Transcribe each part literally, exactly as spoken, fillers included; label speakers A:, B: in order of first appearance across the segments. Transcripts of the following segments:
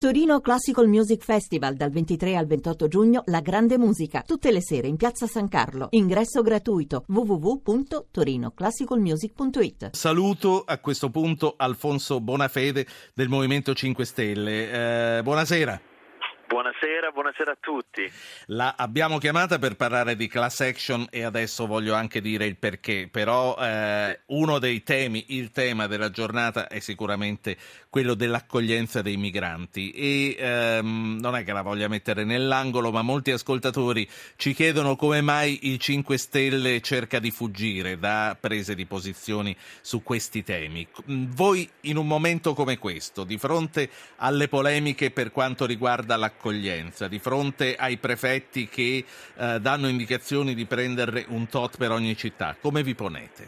A: Torino Classical Music Festival dal ventitré al ventotto giugno, la grande musica, tutte le sere in Piazza San Carlo. Ingresso gratuito w w w punto torino classical music punto it.
B: Saluto a questo punto Alfonso Bonafede del Movimento cinque Stelle. Eh, buonasera.
C: Buonasera, buonasera a tutti.
B: La abbiamo chiamata per parlare di class action e adesso voglio anche dire il perché, però eh, uno dei temi, il tema della giornata è sicuramente quello dell'accoglienza dei migranti e ehm, non è che la voglia mettere nell'angolo, ma molti ascoltatori ci chiedono come mai il cinque Stelle cerca di fuggire da prese di posizioni su questi temi. Voi in un momento come questo, di fronte alle polemiche per quanto riguarda l'accoglienza, accoglienza, di fronte ai prefetti che eh, danno indicazioni di prenderne un tot per ogni città, come vi ponete?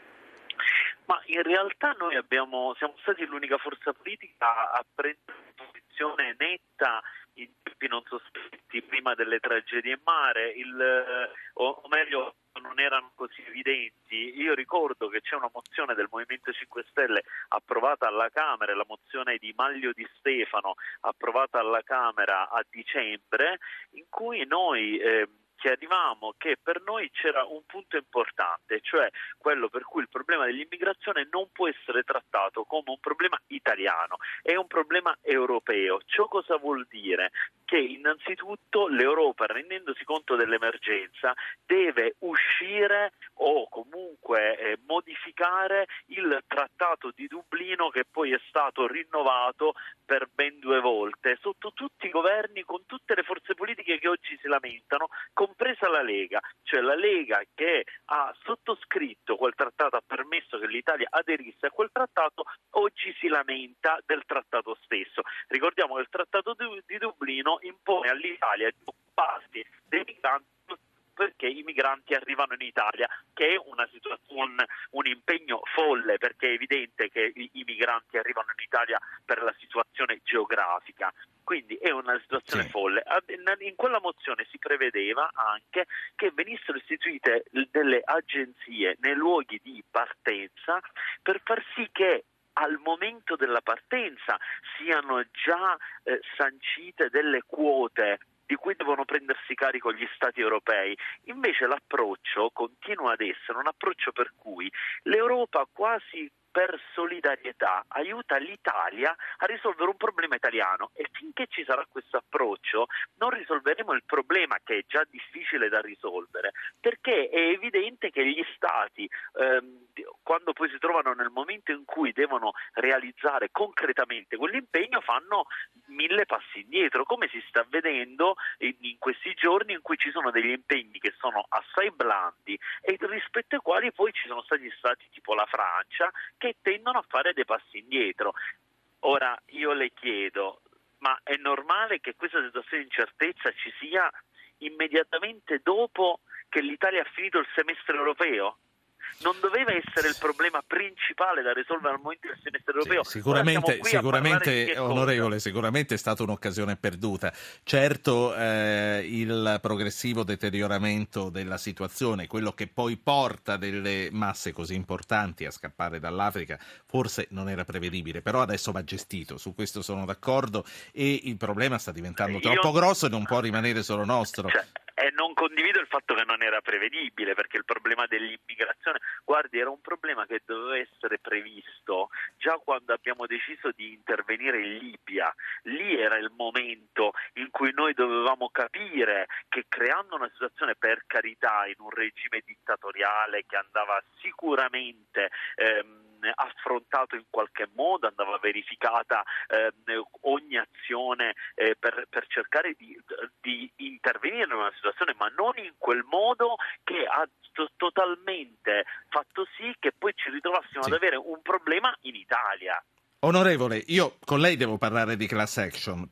C: Ma in realtà noi abbiamo, siamo stati l'unica forza politica a prendere una posizione netta in tempi non sospetti, prima delle tragedie in mare, il, o, o meglio non erano così evidenti. Io ricordo che c'è una mozione del Movimento cinque Stelle approvata alla Camera, la mozione di Maglio Di Stefano approvata alla Camera a dicembre, in cui noi eh, chiarivamo che per noi c'era un punto importante, cioè quello per cui il problema dell'immigrazione non può essere trattato come un problema italiano, è un problema europeo. Ciò cosa vuol dire? Che innanzitutto l'Europa, rendendosi conto dell'emergenza, deve uscire o comunque eh, modificare il Trattato di Dublino, che poi è stato rinnovato per ben due volte, sotto tutti i governi, con tutte le forze politiche che oggi si lamentano, compresa la Lega, cioè la Lega che ha sottoscritto quel trattato, ha permesso che l'Italia aderisse a quel trattato, oggi si lamenta del trattato stesso. Ricordiamo che il Trattato di Dublino impone all'Italia di occuparsi dei migranti perché i migranti arrivano in Italia, che è una situazione, un, un impegno folle, perché è evidente che i, i migranti arrivano in Italia per la situazione geografica. Quindi è una situazione sì. folle. In quella mozione si prevedeva anche che venissero istituite delle agenzie nei luoghi di partenza per far sì che al momento della partenza siano già eh, sancite delle quote di cui devono prendersi carico gli Stati europei. Invece l'approccio continua ad essere un approccio per cui l'Europa quasi per solidarietà aiuta l'Italia a risolvere un problema italiano, e finché ci sarà questo approccio non risolveremo il problema, che è già difficile da risolvere, perché è evidente che gli Stati ehm, quando poi si trovano nel momento in cui devono realizzare concretamente quell'impegno fanno mille passi indietro, come si sta vedendo in, in questi giorni, in cui ci sono degli impegni che sono assai blandi e rispetto ai quali poi ci sono stati stati tipo la Francia che tendono a fare dei passi indietro. Ora io le chiedo, ma è normale che questa situazione di incertezza ci sia immediatamente dopo che l'Italia ha finito il semestre europeo? Non doveva essere il problema principale da risolvere al momento del semestre europeo?
B: Sì, sicuramente, sicuramente onorevole, sicuramente è stata un'occasione perduta. Certo, eh, il progressivo deterioramento della situazione, quello che poi porta delle masse così importanti a scappare dall'Africa, forse non era prevedibile, però adesso va gestito, su questo sono d'accordo, e il problema sta diventando
C: Io...
B: troppo grosso e non può rimanere solo nostro.
C: Cioè... E non condivido il fatto che non era prevedibile, perché il problema dell'immigrazione, guardi, era un problema che doveva essere previsto già quando abbiamo deciso di intervenire in Libia. Lì era il momento in cui noi dovevamo capire che, creando una situazione, per carità, in un regime dittatoriale che andava sicuramente ehm, affrontato in qualche modo, andava verificata eh, ogni azione eh, per, per cercare di, di intervenire in una situazione, ma non in quel modo che ha to- totalmente fatto sì che poi ci ritrovassimo sì. ad avere un problema in Italia.
B: Onorevole, io con lei devo parlare di class action, poi
C: eh,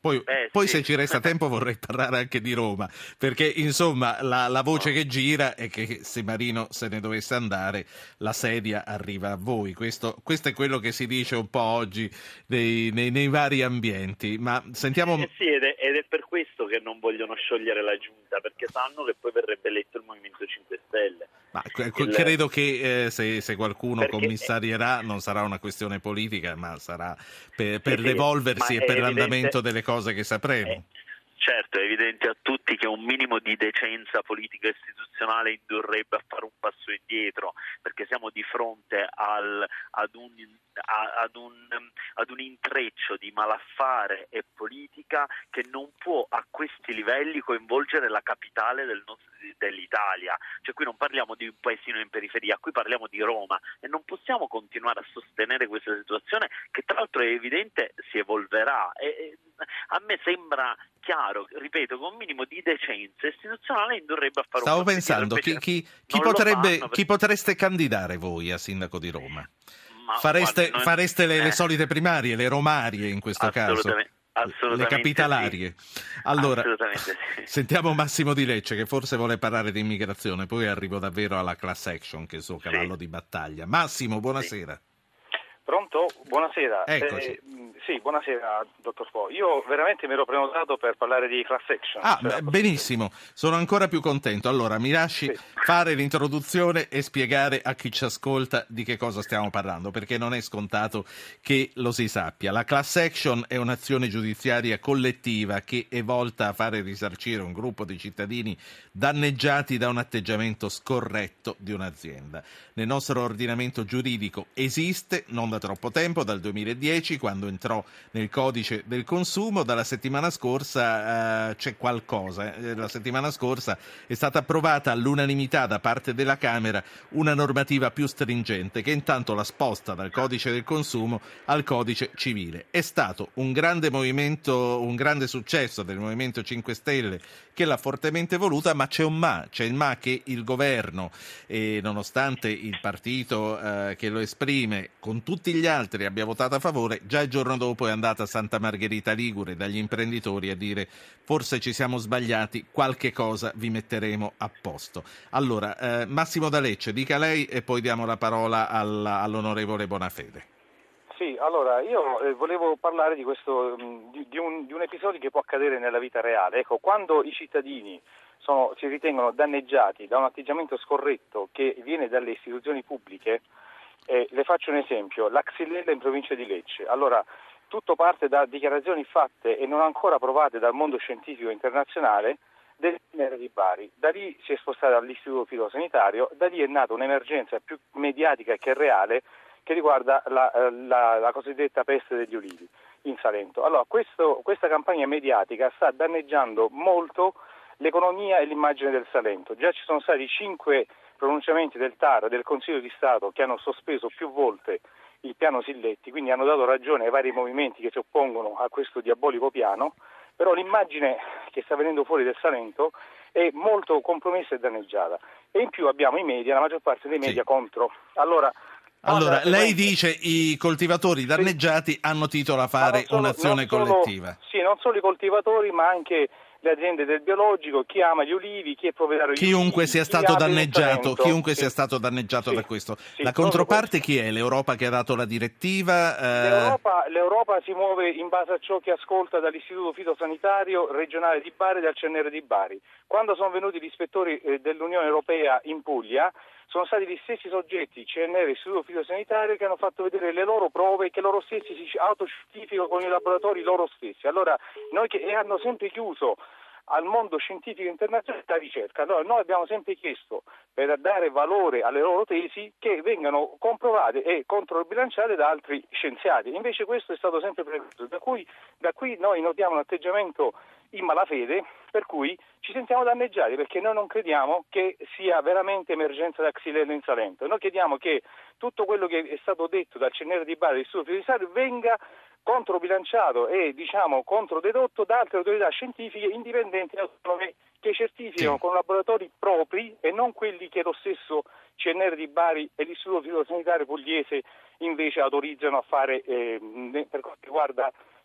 B: poi, poi
C: sì.
B: se ci resta tempo vorrei parlare anche di Roma, perché insomma la, la voce che gira è che se Marino se ne dovesse andare la sedia arriva a voi. Questo, questo è quello che si dice un po' oggi nei, nei, nei vari ambienti. Ma sentiamo...
C: Eh sì, ed è, ed è per questo che non vogliono sciogliere la giunta, perché sanno che poi verrebbe eletto il Movimento cinque Stelle.
B: Ma
C: il...
B: credo che eh, se, se qualcuno
C: perché...
B: commissarierà non sarà una questione politica, ma sarà per, per
C: sì,
B: l'evolversi
C: sì,
B: e per
C: evidente...
B: l'andamento delle cose che sapremo.
C: È... Certo, è evidente a tutti che un minimo di decenza politica e istituzionale indurrebbe a fare un passo indietro, perché siamo di fronte al, ad, un, a, ad, un, ad un intreccio di malaffare e politica che non può a questi livelli coinvolgere la capitale del nostro, dell'Italia. Cioè qui non parliamo di un paesino in periferia, qui parliamo di Roma e non possiamo continuare a sostenere questa situazione che tra l'altro è evidente si evolverà. E, e, a me sembra chiaro, ripeto, con un minimo di decenza istituzionale indurrebbe a fare
B: Stavo
C: un passo
B: pensando,
C: indietro.
B: chi, chi, chi, potrebbe, perché... chi potreste candidare voi a sindaco di Roma?
C: Ma,
B: fareste
C: guarda, noi...
B: fareste le,
C: eh,
B: le solite primarie, le romarie in questo
C: assolutamente,
B: caso?
C: Assolutamente
B: le capitalarie.
C: Sì.
B: Allora,
C: Assolutamente sì.
B: Sentiamo Massimo Di Lecce che forse vuole parlare di immigrazione, poi arrivo davvero alla class action che è il suo cavallo
C: sì.
B: di battaglia. Massimo, buonasera.
D: Sì. Pronto? Buonasera.
B: Eccoci.
D: Eh, sì, buonasera, dottor Fo. Io veramente mi ero prenotato per parlare di class action.
B: Ah, beh, benissimo, sono ancora più contento. Allora, mi lasci
D: sì.
B: fare l'introduzione e spiegare a chi ci ascolta di che cosa stiamo parlando, perché non è scontato che lo si sappia. La class action è un'azione giudiziaria collettiva che è volta a fare risarcire un gruppo di cittadini danneggiati da un atteggiamento scorretto di un'azienda. Nel nostro ordinamento giuridico esiste, non da troppo tempo, dal duemiladieci, quando entrò nel codice del consumo. Dalla settimana scorsa eh, c'è qualcosa. Eh. La settimana scorsa è stata approvata all'unanimità da parte della Camera una normativa più stringente che intanto la sposta dal codice del consumo al codice civile. È stato un grande movimento, un grande successo del Movimento cinque Stelle che l'ha fortemente voluta, ma c'è un ma, c'è il ma che il governo, e nonostante il partito eh, che lo esprime con tutti gli altri abbia votato a favore, già il giorno dopo è andata a Santa Margherita Ligure dagli imprenditori a dire forse ci siamo sbagliati, qualche cosa vi metteremo a posto. Allora, eh, Massimo Da Lecce, dica lei e poi diamo la parola alla, all'onorevole Bonafede.
D: Sì, allora io eh, volevo parlare di questo di, di, un, di un episodio che può accadere nella vita reale. Ecco, quando i cittadini sono, si ritengono danneggiati da un atteggiamento scorretto che viene dalle istituzioni pubbliche, eh, le faccio un esempio, la Xylella in provincia di Lecce. Allora, tutto parte da dichiarazioni fatte e non ancora provate dal mondo scientifico internazionale del C N R di Bari. Da lì si è spostata all'istituto fitosanitario, da lì è nata un'emergenza più mediatica che reale che riguarda la, la, la cosiddetta peste degli ulivi in Salento. Allora, questo, questa campagna mediatica sta danneggiando molto l'economia e l'immagine del Salento. Già ci sono stati cinque pronunciamenti del T A R, del Consiglio di Stato, che hanno sospeso più volte il piano Silletti, quindi hanno dato ragione ai vari movimenti che si oppongono a questo diabolico piano, però l'immagine che sta venendo fuori del Salento è molto compromessa e danneggiata. E in più abbiamo i media, la maggior parte dei media
B: sì.
D: contro. Allora,
B: Allora, lei dice i coltivatori danneggiati sì. hanno titolo a fare
D: solo,
B: un'azione
D: solo,
B: collettiva.
D: Sì, non solo i coltivatori, ma anche le aziende del biologico, chi ama gli ulivi, chi è proprietario di
B: chiunque
D: ulivi,
B: sia stato danneggiato, chiunque
D: sì.
B: sia stato danneggiato
D: sì.
B: da questo.
D: Sì,
B: la controparte chi è? L'Europa che ha dato la direttiva? Eh...
D: L'Europa, L'Europa si muove in base a ciò che ascolta dall'Istituto Fitosanitario regionale di Bari e dal C N R di Bari. Quando sono venuti gli ispettori eh, dell'Unione Europea in Puglia, sono stati gli stessi soggetti, C N R e Istituto Fitosanitario, che hanno fatto vedere le loro prove e che loro stessi si autocertificano con i laboratori loro stessi. Allora, noi che e hanno sempre chiuso al mondo scientifico internazionale la ricerca. Allora, noi abbiamo sempre chiesto, per dare valore alle loro tesi, che vengano comprovate e controbilanciate da altri scienziati. Invece questo è stato sempre previsto. Da cui, da qui noi notiamo un atteggiamento in malafede, per cui ci sentiamo danneggiati, perché noi non crediamo che sia veramente emergenza da Xylella in Salento. Noi chiediamo che tutto quello che è stato detto dal C N R di Bari e dall'Istituto Fitosanitario venga controbilanciato e diciamo controdedotto da altre autorità scientifiche indipendenti e autonome che certificano
B: sì.
D: con laboratori propri e non quelli che lo stesso C N R di Bari e l'Istituto Fitosanitario Pugliese invece autorizzano a fare eh, per quanto riguarda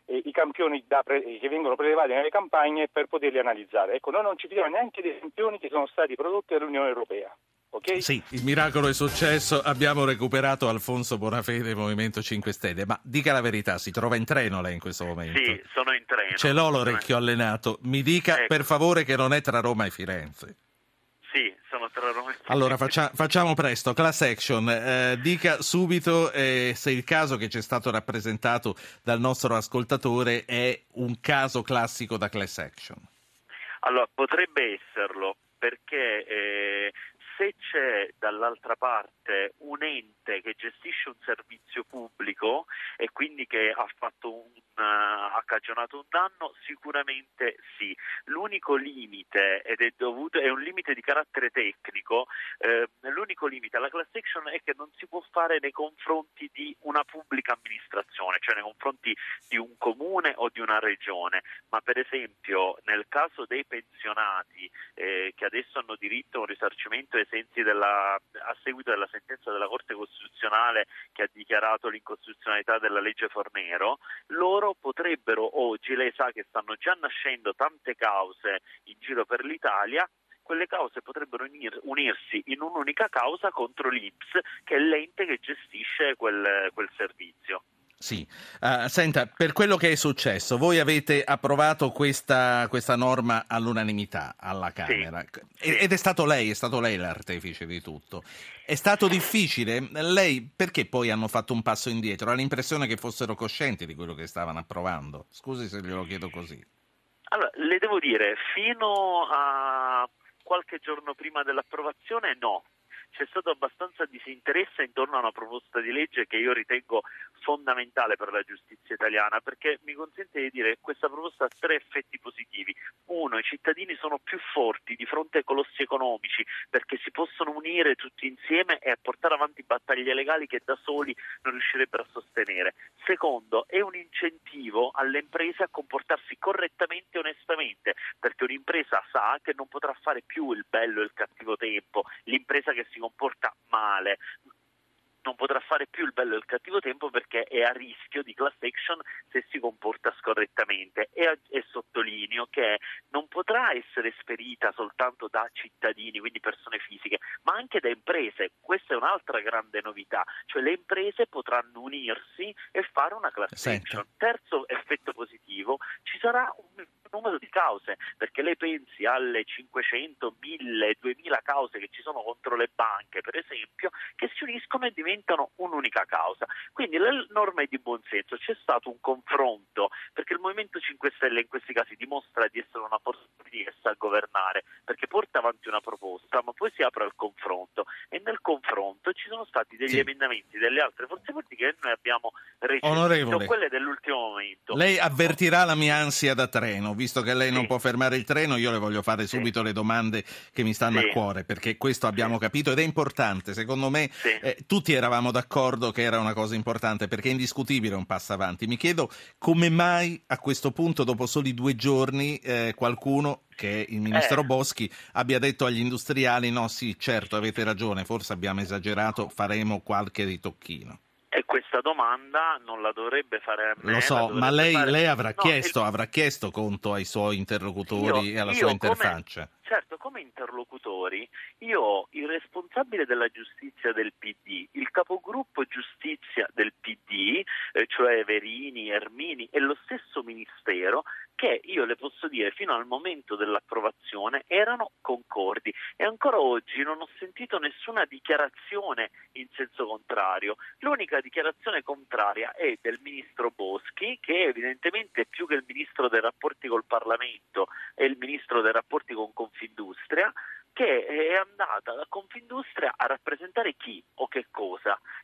D: eh, i campioni da pre- che vengono prelevati nelle campagne per poterli analizzare. Ecco, noi non ci fidiamo neanche dei campioni che sono stati prodotti dall'Unione Europea. Okay?
B: Sì, il miracolo è successo, abbiamo recuperato Alfonso Bonafede, Movimento cinque Stelle, ma dica la verità, si trova in treno lei in questo momento?
C: Sì, sono in treno.
B: Ce l'ho l'orecchio allenato, mi dica
C: ecco.
B: per favore che non è tra Roma e Firenze.
C: Sì, sono tra Roma e Firenze.
B: Allora faccia, facciamo presto, class action, eh, dica subito eh, se il caso che ci è stato rappresentato dal nostro ascoltatore è un caso classico da class action.
C: Allora, potrebbe esserlo, perché eh, se c'è dall'altra parte un ente che gestisce un servizio pubblico e quindi che ha fatto un ha cagionato un danno, sicuramente sì. L'unico limite, ed è dovuto, è un limite di carattere tecnico, eh, l'unico limite alla class action è che non si può fare nei confronti di una pubblica amministrazione, cioè nei confronti di un comune o di una regione, ma per esempio nel caso dei pensionati eh, che adesso hanno diritto a un risarcimento ai sensi della, a seguito della sentenza della Corte Costituzionale che ha dichiarato l'incostituzionalità della legge Fornero, loro potrebbero oggi, lei sa che stanno già nascendo tante cause in giro per l'Italia, quelle cause potrebbero unir, unirsi in un'unica causa contro l'I N P S, che è l'ente che gestisce quel, quel servizio.
B: Sì, uh, senta, per quello che è successo, voi avete approvato questa, questa norma all'unanimità alla Camera, sì. Ed è stato lei, è stato lei l'artefice di tutto. È stato difficile? Lei, perché poi hanno fatto un passo indietro? Ha l'impressione che fossero coscienti di quello che stavano approvando? Scusi se glielo chiedo così.
C: Allora, le devo dire, fino a qualche giorno prima dell'approvazione no. C'è stato abbastanza disinteresse intorno a una proposta di legge che io ritengo fondamentale per la giustizia italiana, perché mi consente di dire che questa proposta ha tre effetti positivi. Uno, i cittadini sono più forti di fronte ai colossi economici perché si possono unire tutti insieme e portare avanti battaglie legali che da soli non riuscirebbero a sostenere. Secondo, è un incentivo alle imprese a comportarsi correttamente e onestamente, perché un'impresa sa che non potrà fare più il bello e il cattivo tempo, l'impresa che si comporta male non potrà fare più il bello e il cattivo tempo perché è a rischio di class action se si comporta scorrettamente, e, e sottolineo che non potrà essere esperita soltanto da cittadini, quindi persone fisiche, ma anche da imprese. Questa è un'altra grande novità, cioè le imprese potranno unirsi e fare una class
B: Senta.
C: action. Terzo effetto positivo, ci sarà un numero di cause, perché lei pensi alle cinquecento, mille, duemila cause che ci sono contro le banche, per esempio, che si uniscono e diventano un'unica causa. Quindi la norma è di buon senso, c'è stato un confronto, perché il Movimento cinque Stelle in questi casi dimostra di essere una forza politica che sa governare, perché porta avanti una proposta, ma poi si apre al confronto, e nel confronto ci sono stati degli
B: sì.
C: emendamenti delle altre forze politiche che noi abbiamo recepito,
B: Onorevole,
C: quelle dell'ultimo momento.
B: Lei avvertirà la mia ansia da treno, visto che lei
C: sì.
B: non può fermare il treno, io le voglio fare subito
C: sì.
B: le domande che mi stanno
C: sì.
B: a cuore, perché questo abbiamo
C: sì.
B: capito ed è importante, secondo me
C: sì.
B: eh, tutti eravamo d'accordo che era una cosa importante, perché è indiscutibile un passo avanti. Mi chiedo come mai a questo punto, dopo soli due giorni, eh, qualcuno, che è il ministro
C: eh.
B: Boschi, abbia detto agli industriali no sì certo avete ragione, forse abbiamo esagerato, faremo qualche ritocchino.
C: E questa domanda non la dovrebbe fare a me.
B: Lo so, ma lei,
C: fare...
B: lei avrà,
C: no,
B: chiesto,
C: il...
B: avrà chiesto conto ai suoi interlocutori
C: io,
B: e alla
C: io
B: sua
C: come...
B: interfaccia.
C: Certo, come interlocutori, io ho il responsabile della giustizia del P D, il capogruppo giustizia del P D, eh, cioè Verini, Ermini, e lo stesso Ministero, che io le posso dire fino al momento dell'approvazione erano concordi, e ancora oggi non ho sentito nessuna dichiarazione in senso contrario. L'unica dichiarazione contraria è del ministro Boschi, che evidentemente più che il ministro dei rapporti col Parlamento è il ministro dei rapporti con Confindustria, che è andata da Confindustria a rappresentare chi o che cosa?